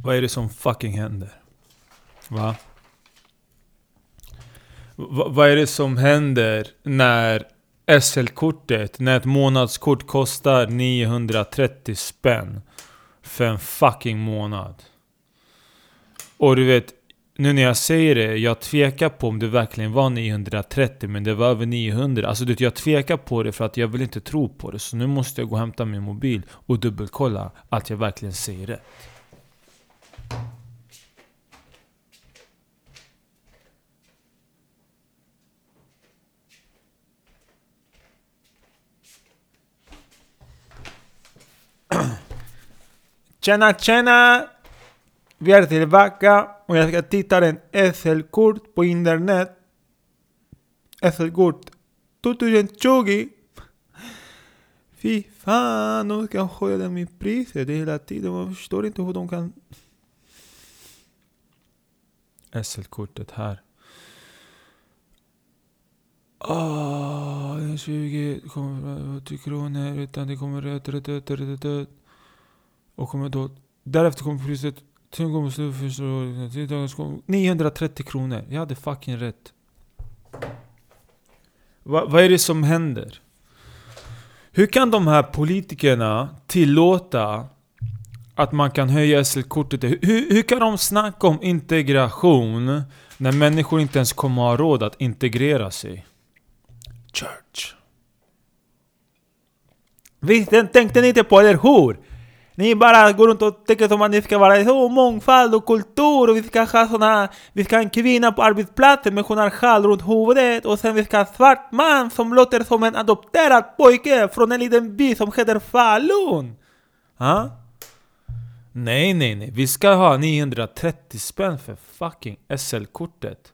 Vad är det som fucking händer? Va? Vad är det som händer när SL-kortet, när ett månadskort kostar 930 spänn för en fucking månad? Och du vet, nu när jag säger det, jag tvekar på om det verkligen var 930, men det var över 900. Alltså jag tvekar på det för att jag vill inte tro på det. Så nu måste jag gå och hämta min mobil och dubbelkolla att jag verkligen säger rätt. Tjena! Vi är tillbaka och jag ska titta en SL-kort på internet. SL-kort 2020. Fy fan, de ska höja min priser det hela tiden. Man förstår inte hur de kan... SL-kortet här. 20 kommer 80 kronor utan det kommer rätt. Och kommer då... Därefter kommer priset 930 kronor. Jag hade fucking rätt. Vad är det som händer? Hur kan de här politikerna tillåta att man kan höja SL-kortet? Hur kan de snacka om integration när människor inte ens kommer ha råd att integrera sig? Church. Visst, tänkte ni inte på, eller hur? Ni bara går runt och tänker som att det ska vara så mångfald och kultur och vi ska ha en kvinna på arbetsplatsen med journalsjal runt huvudet och sen vi ska ha svart man som låter som en adopterad pojke från en liten by som heter Falun. Nej. Vi ska ha 930 spänn för fucking SL-kortet.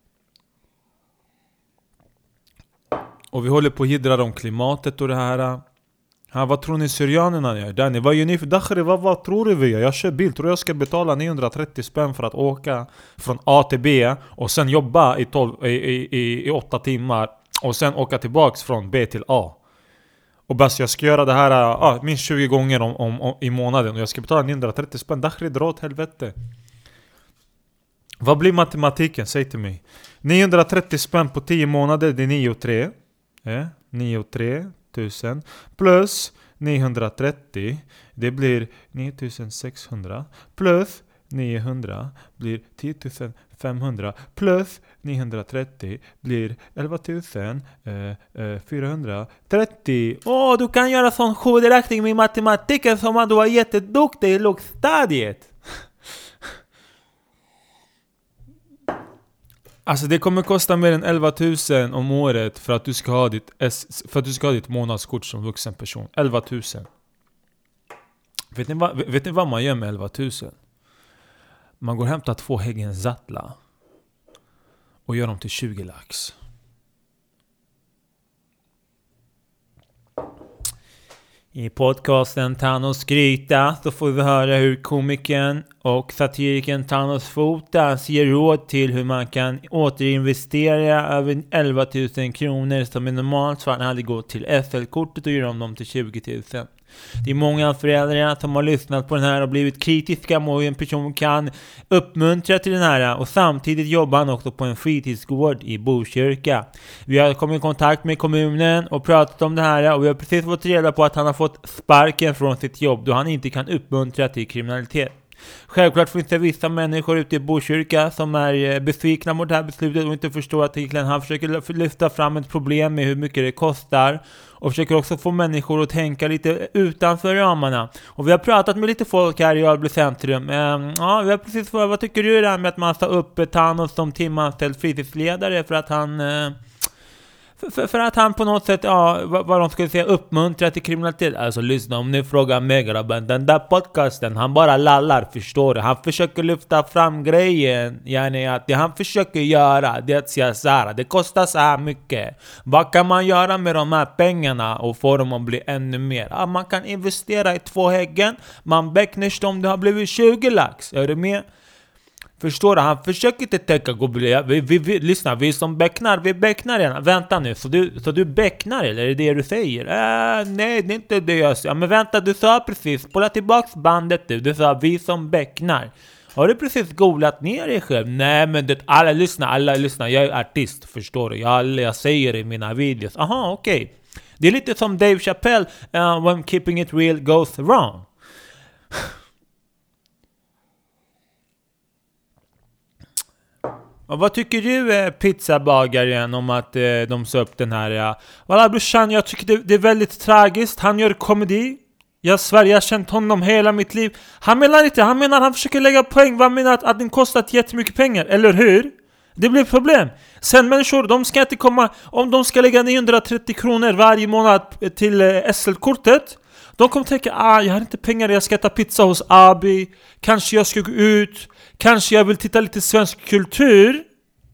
Och vi håller på att hidra om klimatet och det här. Vad tror ni syrianerna gör? Där, vad gör ni för dakhri? Vad tror du vi gör? Jag kör bil. Tror jag ska betala 930 spänn för att åka från A till B och sen jobba i 8 timmar och sen åka tillbaks från B till A. Och bara jag ska göra det här minst 20 gånger i månaden och jag ska betala 930 spänn. Dakhri, dra åt helvete. Vad blir matematiken? Säg till mig. 930 spänn på 10 månader, det är 9,3. 9,3 1000 plus 930, det blir 9600 plus 900 blir 10 500 plus 930 blir 11 430. Du kan göra sån huvudräkning med matematiken som att du var jätteduktig i lågstadiet. Alltså det kommer kosta mer än 11 000 om året för att du ska ha ditt månadskort som vuxen person. 11 000. Vet ni vad man gör med 11 000? Man går och hämtar 2 Häggen Zattla och gör dem till 20 lax. I podcasten Thanos skryta så får vi höra hur komikern och satiriken Thanos Fotas ger råd till hur man kan återinvestera över 11 000 kronor som i normalt fall hade gått till SL-kortet och göra om dem till 20 000. Det är många föräldrar som har lyssnat på den här och blivit kritiska mot hur en person kan uppmuntra till den här, och samtidigt jobbar han också på en fritidsgård i Botkyrka. Vi har kommit i kontakt med kommunen och pratat om det här och vi har precis fått reda på att han har fått sparken från sitt jobb då han inte kan uppmuntra till kriminalitet. Självklart finns det vissa människor ute i Botkyrka som är besvikna mot det här beslutet och inte förstår att egentligen han försöker lyfta fram ett problem med hur mycket det kostar och försöker också få människor att tänka lite utanför ramarna. Och vi har pratat med lite folk här i Alby centrum. Vi har precis vad tycker du där med att man ska upp Thanos som timanställd fritidsledare för att han... För att han på något sätt, vad de skulle säga, uppmuntrar till kriminalitet. Alltså lyssna, om ni frågar mig grabben, den där podcasten, han bara lallar, förstår du? Han försöker lyfta fram grejen, att det han försöker göra, det är att säga så här, det kostar så här mycket. Vad kan man göra med de här pengarna och få dem att bli ännu mer? Man kan investera i 2 Häggen, man becknar om det har blivit 20 lax, är du med? Förstår du? Han försöker inte tänka lyssna, vi som bäcknar, vi bäcknar redan. Vänta nu, så du bäcknar eller är det det du säger? Nej, det är inte det jag säger. Men vänta, du sa precis, spola tillbaks bandet du sa vi som bäcknar. Har du precis googlat ner dig själv? Nej, men det, alla lyssnar. Jag är artist, förstår du. Jag säger i mina videos. Aha, okej. Det är lite som Dave Chappelle, when keeping it real goes wrong. Och vad tycker du, pizzabagaren, om att de sa upp den här? Voilà, brorsan, jag tycker det är väldigt tragiskt. Han gör komedi. Jag svär, jag har känt honom hela mitt liv. Han menar han försöker lägga poäng. Vad menar att den kostat jättemycket pengar, eller hur? Det blir problem. Sen människor, de ska inte komma. Om de ska lägga 930 kronor varje månad till SL-kortet, de kommer tänka, jag har inte pengar, jag ska äta pizza hos Abi. Kanske jag ska gå ut. Kanske jag vill titta lite svensk kultur.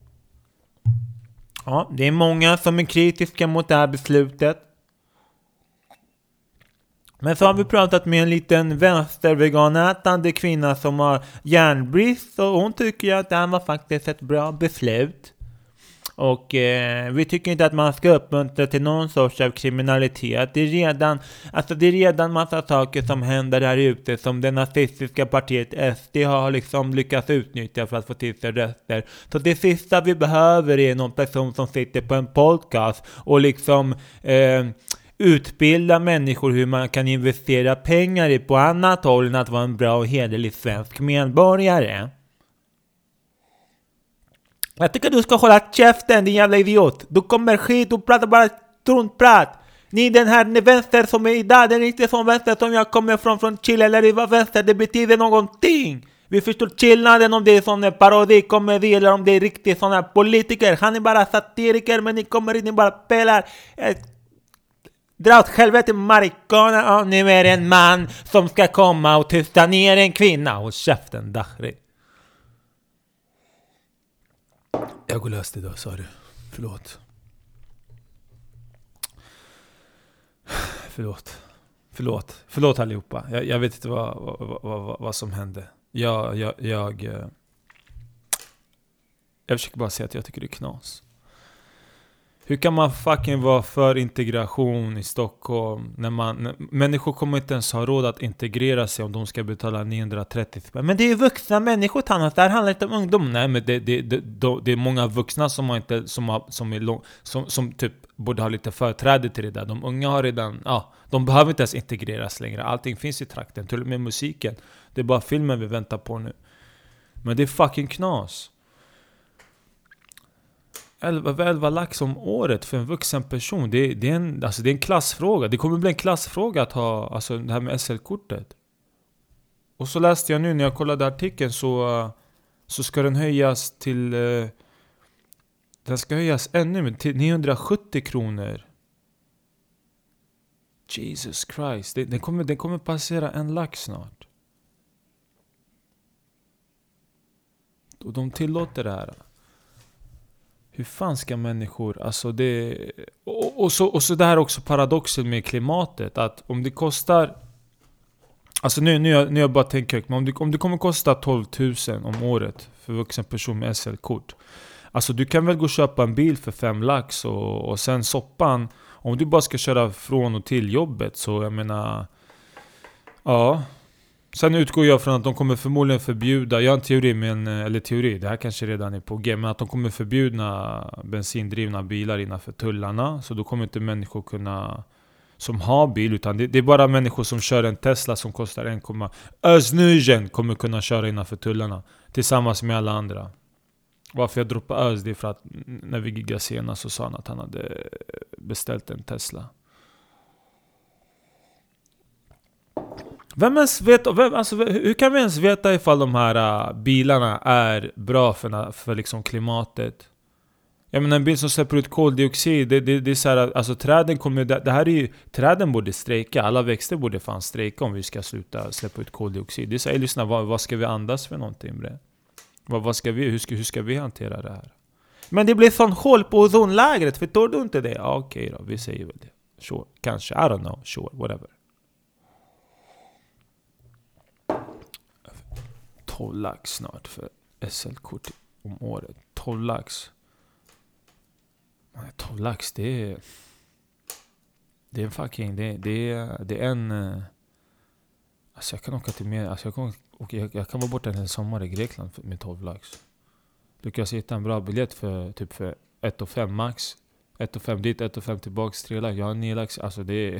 Ja, det är många som är kritiska mot det här beslutet. Men så har vi pratat med en liten vänsterveganätande kvinna som har järnbrist, och hon tycker att det här var faktiskt ett bra beslut. Och vi tycker inte att man ska uppmuntra till någon sorts av kriminalitet. Det är redan massa saker som händer här ute som det nazistiska partiet SD har liksom lyckats utnyttja för att få till sig röster. Så det sista vi behöver är någon person som sitter på en podcast och liksom utbilda människor hur man kan investera pengar i på annat håll än att vara en bra och hederlig svensk medborgare. Jag tycker du ska hålla käften, din jävla idiot. Du kommer skit och pratar bara struntprat. Den här vänster som är idag, den är inte som vänster som jag kommer från Chile eller i vänster. Det betyder någonting. Vi förstår skillnaden om det är sån parodi, komedi eller om det är riktigt såna politiker. Han är bara satiriker, men ni kommer in och bara spelar. Dra åt helvete, marikana. Nu är det en man som ska komma och tysta ner en kvinna. Och käften, Dakhri. Jag går löst idag, sa du. Förlåt allihopa. Jag vet inte vad som hände. Jag försöker bara säga att jag tycker det är knas. Hur kan man fucking vara för integration i Stockholm när människor kommer inte ens ha råd att integrera sig om de ska betala 930 spänn. Men det är vuxna människor, Thanos. Det här handlar inte om ungdom. Nej, men det är många vuxna som typ borde ha lite företräde till det där. De unga har redan, de behöver inte ens integreras längre. Allting finns i trakten, till och med musiken. Det är bara filmen vi väntar på nu. Men det är fucking knas. 11 lax om året för en vuxen person. Det är en klassfråga. Det kommer bli en klassfråga att ha det här med SL-kortet. Och så läste jag nu när jag kollade artikeln så ska den höjas till den ska höjas ännu mer till 970 kronor. Jesus Christ. Den kommer passera 1 lax snart. Och de tillåter det här. Hur fan ska människor, och så det här också paradoxen med klimatet, att om det kostar, nu jag bara tänker, men om det kommer kosta 12 000 om året för vuxen person med SL-kort, du kan väl gå och köpa en bil för 5 lax och sen soppan, om du bara ska köra från och till jobbet, så jag menar, ja. Sen utgår jag från att de kommer förmodligen förbjuda, jag har en teori, det här kanske redan är på G, men att de kommer förbjuda bensindrivna bilar innanför tullarna. Så då kommer inte människor kunna, som har bil, utan det är bara människor som kör en Tesla som kostar 1,9 kommer kunna köra innanför tullarna tillsammans med alla andra. Varför jag droppar Öz, det är för att när vi giggade senast så sa han att han hade beställt en Tesla. Hur kan vi ens veta ifall de här bilarna är bra för liksom klimatet? Jag menar, en bil som släpper ut koldioxid, det är så här, träden kommer, det här är ju, träden borde strejka, alla växter borde fan strejka om vi ska sluta släppa ut koldioxid. Det är så här, lyssna, vad ska vi andas för någonting, bre? Hur ska vi hantera det här? Men det blir sån hål på ozonlägret, förstår du inte det? Ja, okej då, vi säger väl det. Sure, kanske, I don't know, sure, whatever. 12 lax snart för SL-kort om året. 12 lax. 12 lax, det är en fucking, det är en, Alltså jag kan åka till mer. Alltså jag kan vara borta en sommar i Grekland med 12 lax. Lyckas hitta en bra biljett för typ för 1,5 max. 1,5 dit, 1,5 tillbaks, 3 lax. Jag har 9 lax. Alltså det är...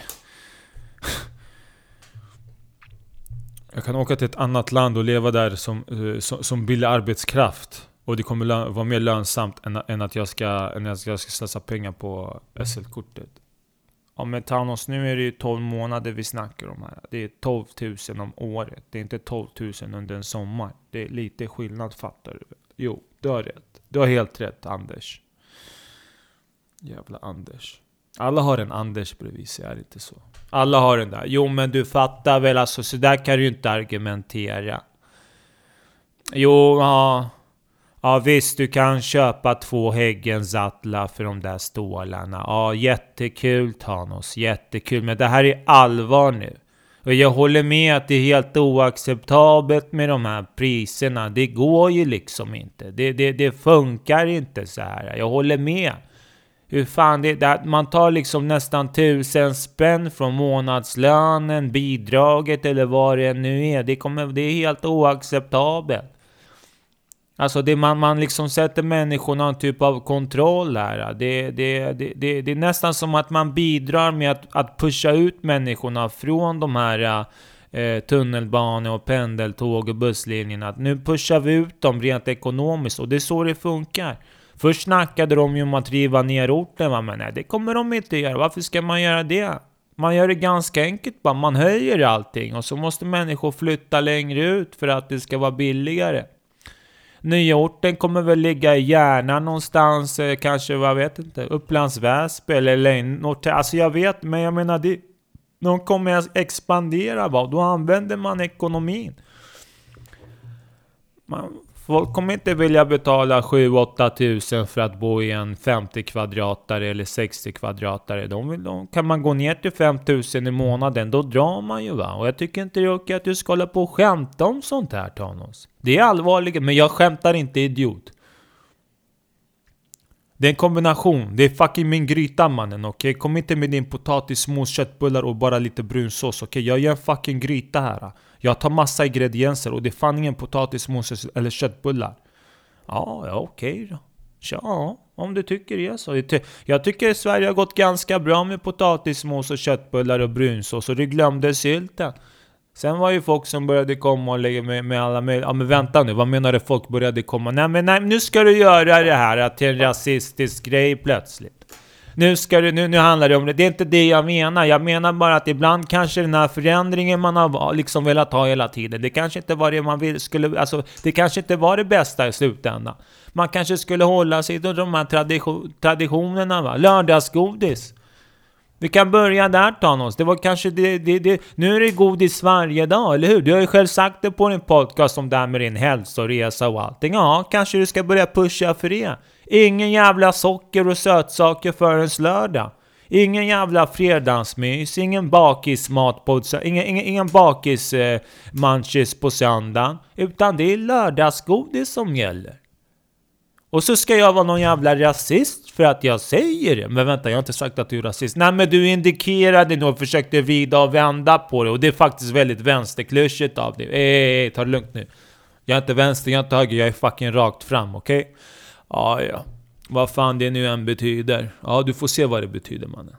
Jag kan åka till ett annat land och leva där som billig arbetskraft. Och det kommer vara mer lönsamt än att jag ska slösa pengar på SL-kortet. Ja, men Thanos, nu är det ju 12 månader vi snackar om här. Det är 12 000 om året. Det är inte 12 000 under en sommar. Det är lite skillnad, fattar du? Jo, du har rätt. Du har helt rätt, Anders. Jävla Anders. Alla har en Anders bredvid sig, är det inte så? Alla har den där. Jo, men du fattar väl, alltså, så där kan du ju inte argumentera. Jo, ja visst, du kan köpa 2 Häggens Atla för de där stålarna. Ja, jättekul, Thanos, jättekul. Men det här är allvar nu. Och jag håller med att det är helt oacceptabelt med de här priserna. Det går ju liksom inte. Det funkar inte så här. Jag håller med. Hur fan man tar liksom nästan 1000 spänn från månadslönen, bidraget eller vad det nu är. Det är helt oacceptabelt. Alltså man liksom sätter människorna en typ av kontroll här. Det är nästan som att man bidrar med att pusha ut människorna från de här tunnelbanor och pendeltåg och busslinjerna. Nu pushar vi ut dem rent ekonomiskt, och det är så det funkar. Först snackade de ju om att riva ner orten, men nej, det kommer de inte göra. Varför ska man göra det? Man gör det ganska enkelt bara. Man höjer allting och så måste människor flytta längre ut för att det ska vara billigare. Nya orten kommer väl ligga i Järna någonstans, kanske, vad vet inte, Upplands Väsby eller något. Alltså jag vet, men jag menar de kommer expandera, va? Då använder man ekonomin. Folk kommer inte vilja betala 7-8 tusen för att bo i en 50 kvadratare eller 60 kvadratare. Kan man gå ner till 5 000 i månaden, då drar man ju, va? Och jag tycker inte det är okej att du ska hålla på och skämta om sånt här, Thanos. Det är allvarligt, men jag skämtar inte, idiot. Det är en kombination. Det är fucking min gryta, mannen, okej? Kom inte med din potatis, mos, köttbullar och bara lite brunsås, okej? Jag gör en fucking gryta här. Jag tar massa ingredienser och det är fan ingen potatis, mos eller köttbullar. Ja, okej då. Ja, om du tycker det så. Jag tycker att Sverige har gått ganska bra med potatismos och köttbullar och brunsås, och det glömde sylten. Sen var ju folk som började komma och lägga med alla möjliga... Ja, men vänta nu, vad menar du folk började komma? Nej, nu ska du göra det här till en rasistisk grej plötsligt. Nu handlar det om det. Det är inte det jag menar. Jag menar bara att ibland kanske den här förändringen man har liksom velat ha hela tiden, det kanske inte var det man skulle... Alltså, det kanske inte var det bästa i slutändan. Man kanske skulle hålla sig till de här traditionerna, va? Lördagsgodis. Vi kan börja där, Thanos. Det var kanske nu är det godis varje dag, eller hur? Du har ju själv sagt det på din podcast om det här med din hälsoresa och allting. Ja, kanske du ska börja pusha för det. Ingen jävla socker och sötsaker förrän lördag. Ingen jävla fredagsmys, ingen bakismat på ingen bakismanches på söndagen, utan det är lördagsgodis som gäller. Och så ska jag vara någon jävla rasist för att jag säger det. Men vänta, jag har inte sagt att du är rasist. Nej, men du indikerade nog och försökte vrida och vända på det. Och det är faktiskt väldigt vänsterklyschigt av dig. Ta det lugnt nu. Jag är inte vänster, jag är inte höger. Jag är fucking rakt fram, okej? Okay? Ja. Vad fan det nu än betyder. Ja, du får se vad det betyder, mannen.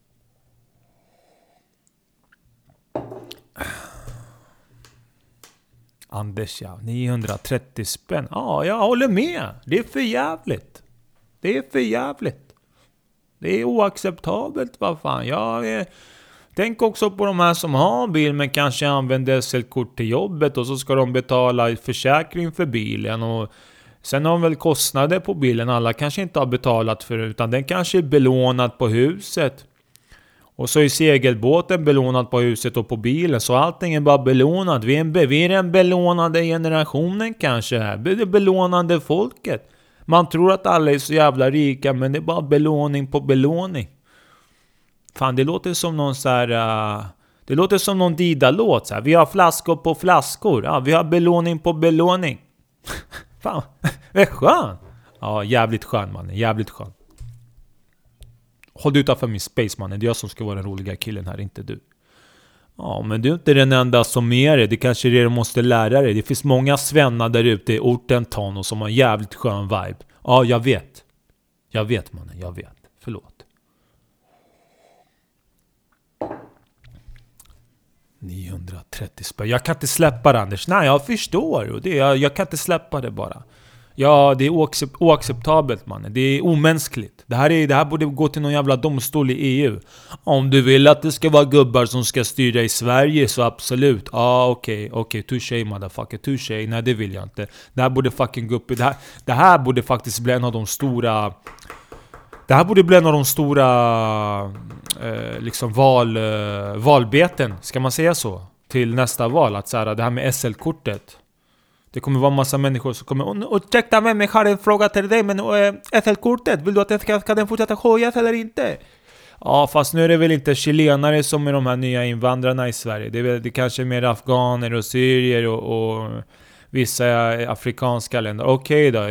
Anders, ja. 930 spänn. Ja, jag håller med. Det är för jävligt. Det är oacceptabelt, vad fan. Tänk också på de här som har bil men kanske använder SL-kort till jobbet, och så ska de betala försäkring för bilen, och sen har de väl kostnader på bilen. Alla kanske inte har betalat för det, utan den kanske är belånad på huset. Och så är segelbåten belånad på huset och på bilen. Så allting är bara belånad. Vi är den belånade generationen kanske här. Det belånade folket. Man tror att alla är så jävla rika, men det är bara belåning på belåning. Fan, det låter som någon så här... det låter som någon Dida-låt så här. Vi har flaskor på flaskor. Ja, vi har belåning på belåning. Fan, det är skön. Ja, jävligt skön, man. Jävligt skön. Håll utanför min space, mannen. Det är jag som ska vara den roliga killen här, inte du. Ja, men du är inte den enda som är det. Det kanske är det du måste lära dig. Det finns många svennar där ute i orten Tanås som har en jävligt skön vibe. Ja, jag vet. Jag vet, mannen. Jag vet. Förlåt. 930 spänn. Jag kan inte släppa det, Anders. Nej, jag förstår. Jag kan inte släppa det bara. Ja, det är oacceptabelt, mannen. Det är omänskligt. Det här borde gå till någon jävla domstol i EU. Om du vill att det ska vara gubbar som ska styra i Sverige, så absolut. Ja, okej. Touché, motherfucker. Touché. Nej, det vill jag inte. Det här borde fucking gå upp. Det här borde faktiskt bli en av de stora... Det här borde bli en av de stora liksom valbeten, ska man säga så, till nästa val. Att så här, det här med SL-kortet. Det kommer vara massa människor som kommer... Ursäkta mig, men jag har en fråga till dig. Men SL-kortet, vill du att ska den fortsätta höjas eller inte? Ja, fast nu är det väl inte chilenare som är de här nya invandrarna i Sverige. Det kanske är mer afghaner och syrier och vissa afrikanska länder. Okej då.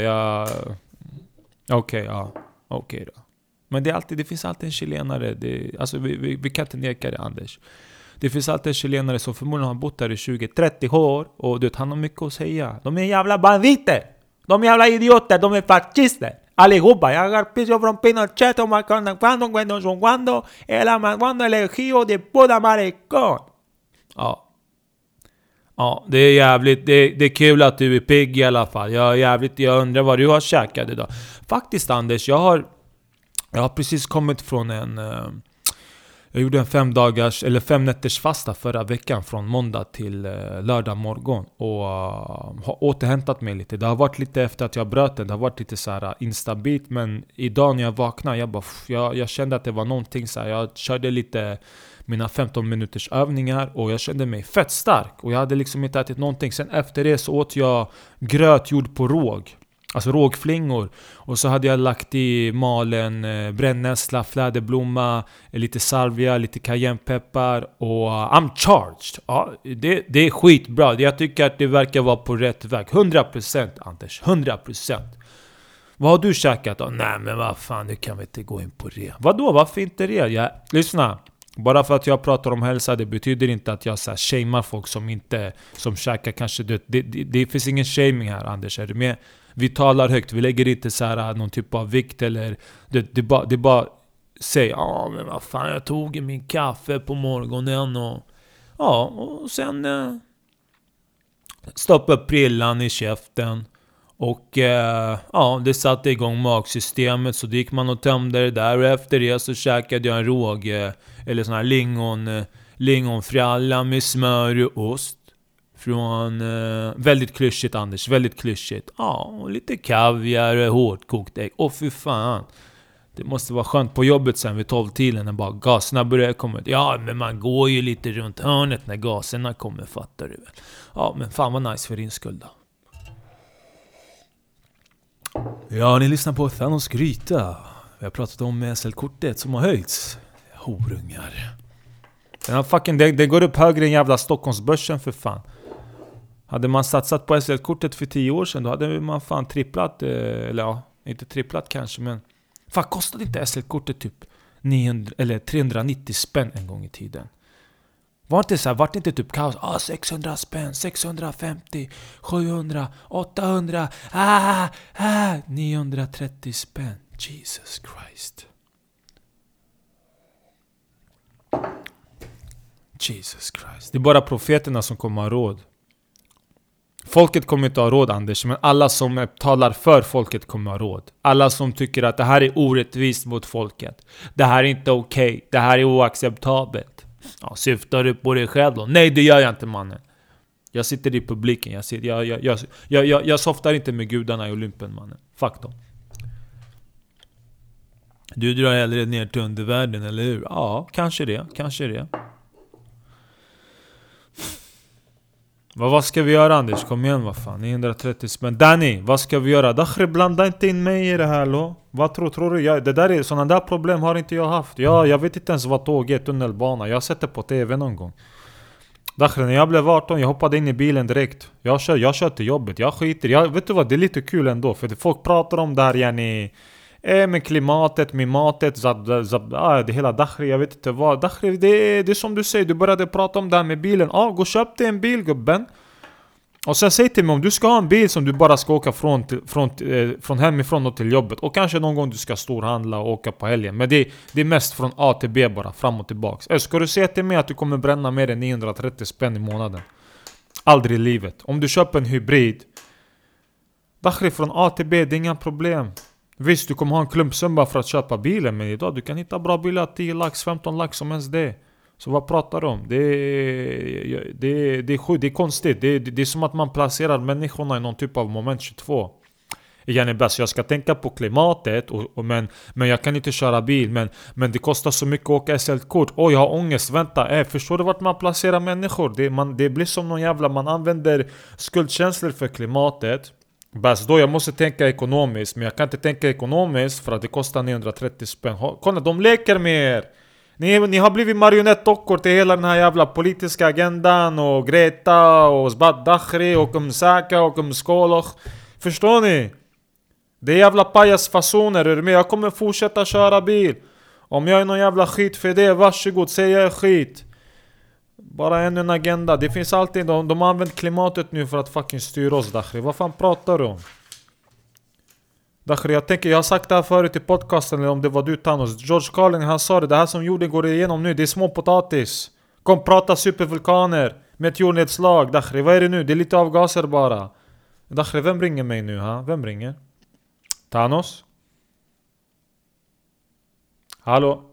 Men det finns alltid en chilenare. Alltså vi kan inte neka det, Anders. Det finns alltid en chilenare som förmodligen har bott där i 20-30 år. Och han har mycket att säga. De är jävla banditer. De är jävla idioter. De är fascister. Allihopa. Jag har piso från Pinochet och Macron. Cuando el Amazonas elegido de puta maricón. Ja. Ja, det är jävligt. Det är kul att du är pigg i alla fall. Jag undrar vad du har käkat idag. Faktiskt, Anders, jag har precis kommit från jag gjorde en 5 dagars eller 5 nätters fasta förra veckan från måndag till lördag morgon och har återhämtat mig lite. Det har varit lite efter att jag bröt det. Det har varit lite så här instabilt, men idag när jag vaknade jag kände att det var någonting så här. Jag körde lite mina 15 minuters övningar och jag kände mig fett stark och jag hade liksom inte ätit någonting. Sen efter det så åt jag gröt gjord på råg. Alltså rågflingor. Och så hade jag lagt i malen brännässla, fläderblomma, lite salvia, lite cayennepeppar och I'm charged. Ja, det är skitbra. Jag tycker att det verkar vara på rätt väg. 100% Anders, 100%. Vad har du käkat då? Nej, men vad fan, nu kan vi inte gå in på det. Vadå, varför inte det? Lyssna. Bara för att jag pratar om hälsa, det betyder inte att jag så här shamear folk som käkar kanske det finns ingen shaming här, Anders. Är du med? Vi talar högt, vi lägger inte så här någon typ av vikt eller det bara säg, men vad fan, jag tog min kaffe på morgonen och sen stoppa prillan i käften och det satte igång magsystemet, så gick man och tömde det där och efter det så käkade jag en råg eller sån här lingonfralla med smör och ost. Från väldigt klyschigt, Anders, väldigt klyschigt. Och lite kaviar och hårdkokt ägg. Fy fan. Det måste vara skönt på jobbet sen vid 12-tiden när bara gaserna börjar komma ut. Ja, men man går ju lite runt hörnet när gaserna kommer, fattar du väl. Ja, men fan vad nice för din skull då. Ja, ni lyssnar på Thanos gryta. Vi har pratat om SL-kortet som har höjts. Horungar. Den har fucking, det går upp högre än jävla Stockholmsbörsen för fan. Hade man satsat på SL-kortet för 10 år sedan, då hade man fan tripplat, eller ja, inte tripplat kanske, men fan kostade inte SL-kortet typ 900 eller 390 spänn en gång i tiden. Var det inte typ kaos? 600 spänn, 650, 700, 800, 930 spänn. Jesus Christ. Jesus Christ. Det är bara profeterna som kommer ha råd. Folket kommer inte ha råd, Anders, men alla som talar för folket kommer ha råd. Alla som tycker att det här är orättvist mot folket. Det här är inte okej. Det här är oacceptabelt. Syftar du på dig själv då? Nej, det gör jag inte, mannen. Jag sitter i publiken. Jag softar inte med gudarna i Olympen, mannen. Fuck dem. Du drar hellre ner till undervärlden, eller hur? Ja, kanske det. Vad ska vi göra, Anders? Kom igen, vad fan, 930 spänn. Danny, vad ska vi göra? Dakhri, blanda inte in mig i det här, lo. Vad tror du? Det där är sådana där problem har inte jag haft. Jag vet inte ens vad tåg är, tunnelbana. Jag har sett det på tv någon gång. Dakhri, när jag blev 18, jag hoppade in i bilen direkt. Jag kör till jobbet, jag skiter. Vet du vad, det är lite kul ändå. För folk pratar om det här, Med klimatet, med matet, det hela Dakhri, jag vet inte vad. Dakhri, det är som du säger, du började prata om det här med bilen. Gå och köp dig en bil, gubben. Och sen säg till mig, om du ska ha en bil som du bara ska åka från hemifrån och till jobbet, och kanske någon gång du ska storhandla och åka på helgen, men det är mest från A till B bara, fram och tillbaks. Ska du säga till mig att du kommer bränna mer än 930 spänn i månaden? Aldrig i livet. Om du köper en hybrid, Dakhri, från A till B, det är inga problem. Visst, du kommer ha en klumpsumma för att köpa bilen, men idag du kan hitta bra bilar 10 lax, 15 lax som ens det. Så vad pratar du om? Det är konstigt. Det är som att man placerar människorna i någon typ av moment 22. Igen är bäst, jag ska tänka på klimatet, men jag kan inte köra bil, men det kostar så mycket att åka SL-kort. Jag har ångest, vänta, förstår du vart man placerar människor? Det blir som någon jävla, man använder skuldkänslor för klimatet. Bäst då, jag måste tänka ekonomiskt, men jag kan inte tänka ekonomiskt för att det kostar 930 spänn. Kolla, de leker med er. Ni har blivit marionettdockor till hela den här jävla politiska agendan, och Greta och Zbat Dakhri och Msaka och Skoloch. Förstår ni? Det är jävla pajasfasoner, är du med? Jag kommer fortsätta köra bil. Om jag är någon jävla skit för det, varsågod, säg jag är skit. Bara en agenda. Det finns alltid, de har använt klimatet nu för att fucking styra oss, Dakhri. Vad fan pratar du om? Dakhri, jag har sagt det här förut i podcasten, eller om det var du, Thanos. George Carlin, han sa det här som jorden går igenom nu, det är små potatis. Kom, prata supervulkaner, meteornedslag, Dakhri, vad är det nu? Det är lite avgaser bara. Dakhri, vem ringer mig nu, ha? Vem ringer? Thanos? Hallå?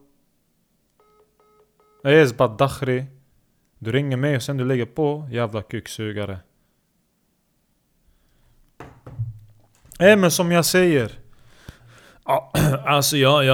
Esbat Dakhri. Du ringer mig och sen du lägger på, jävla kuksugare. Men som jag säger. Alltså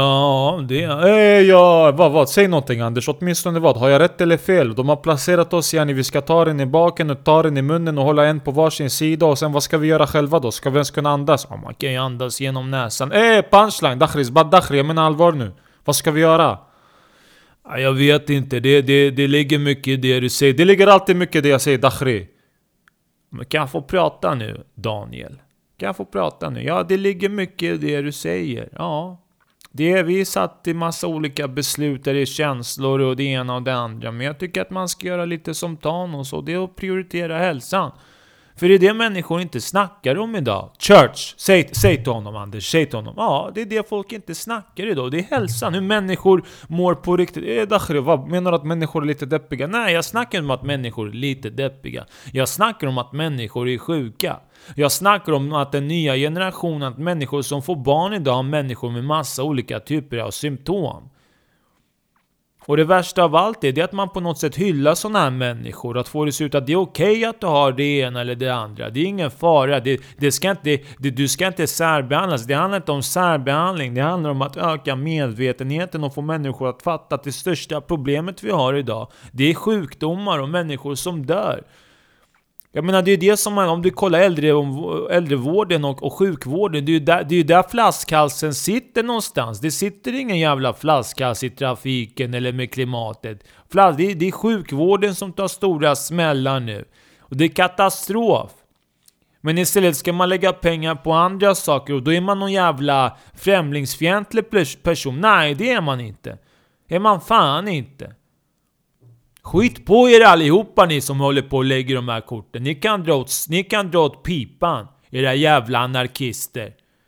vad? Säg någonting, Anders, åtminstone vad? Har jag rätt eller fel? De har placerat oss igen, vi ska ta den i baken och ta den i munnen och hålla en på varsin sida, och sen vad ska vi göra själva då? Ska vi ens kunna andas? Man kan ju andas genom näsan. Punchline, Dakhri, jag menar allvar nu. Vad ska vi göra? Jag vet inte, det ligger mycket i det du säger. Det ligger alltid mycket i det jag säger, Dakhri. Men kan jag få prata nu, Daniel? Kan jag få prata nu? Ja, det ligger mycket i det du säger. Ja, vi satt i massa olika beslut där det är känslor och det ena och det andra. Men jag tycker att man ska göra lite som Thanos, och det är att prioritera hälsan. För det är det människor inte snackar om idag. Church, säg till honom, Anders, säg till honom. Ja, det är det folk inte snackar idag. Det är hälsan, hur människor mår på riktigt. Dakhri, vad menar du att människor är lite deppiga? Nej, jag snackar om att människor är lite deppiga. Jag snackar om att människor är sjuka. Jag snackar om att den nya generationen, att människor som får barn idag har människor med massa olika typer av symptom. Och det värsta av allt är att man på något sätt hyllar sådana här människor. Att få det se ut att det är okej att du har det ena eller det andra. Det är ingen fara. Du ska inte särbehandlas. Det handlar inte om särbehandling. Det handlar om att öka medvetenheten och få människor att fatta att det största problemet vi har idag, det är sjukdomar och människor som dör. Jag menar, det är det som om du kollar äldrevården och sjukvården, det är ju där flaskhalsen sitter någonstans. Det sitter ingen jävla flaskhals i trafiken eller med klimatet. Det är sjukvården som tar stora smällar nu. Och det är katastrof. Men istället ska man lägga pengar på andra saker, och då är man någon jävla främlingsfientlig person. Nej, det är man inte. Det är man fan inte. Skit på er allihopa, ni som håller på och lägger de här korten. Ni kan dra åt pipan, era jävla anarkister.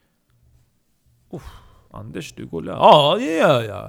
Anders, du går lös. Ja, det gör jag.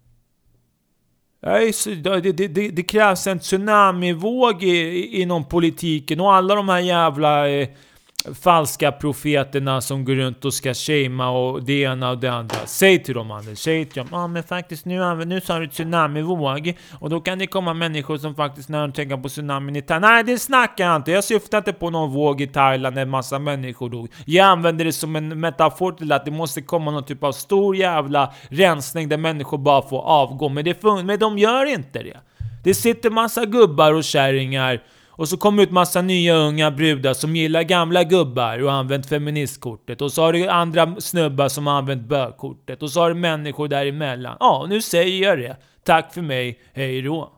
Det krävs en tsunamivåg inom politiken, och alla de här jävla falska profeterna som går runt och ska shama och det ena och det andra. Säg till dem, Anders, säg till dem, men faktiskt nu så har du tsunamivåg, och då kan det komma människor som faktiskt, när de tänker på tsunamin i Thailand, nej, det snackar jag inte, jag syftar inte på någon våg i Thailand när en massa människor dog. Jag använder det som en metafor till att det måste komma någon typ av stor jävla rensning där människor bara får avgå, men de gör inte det. Det sitter massa gubbar och kärringar, och så kommer ut massa nya unga brudar som gillar gamla gubbar och har använt feministkortet. Och så har du andra snubbar som har använt bögkortet. Och så har du människor däremellan. Ja, nu säger jag det. Tack för mig. Hej då.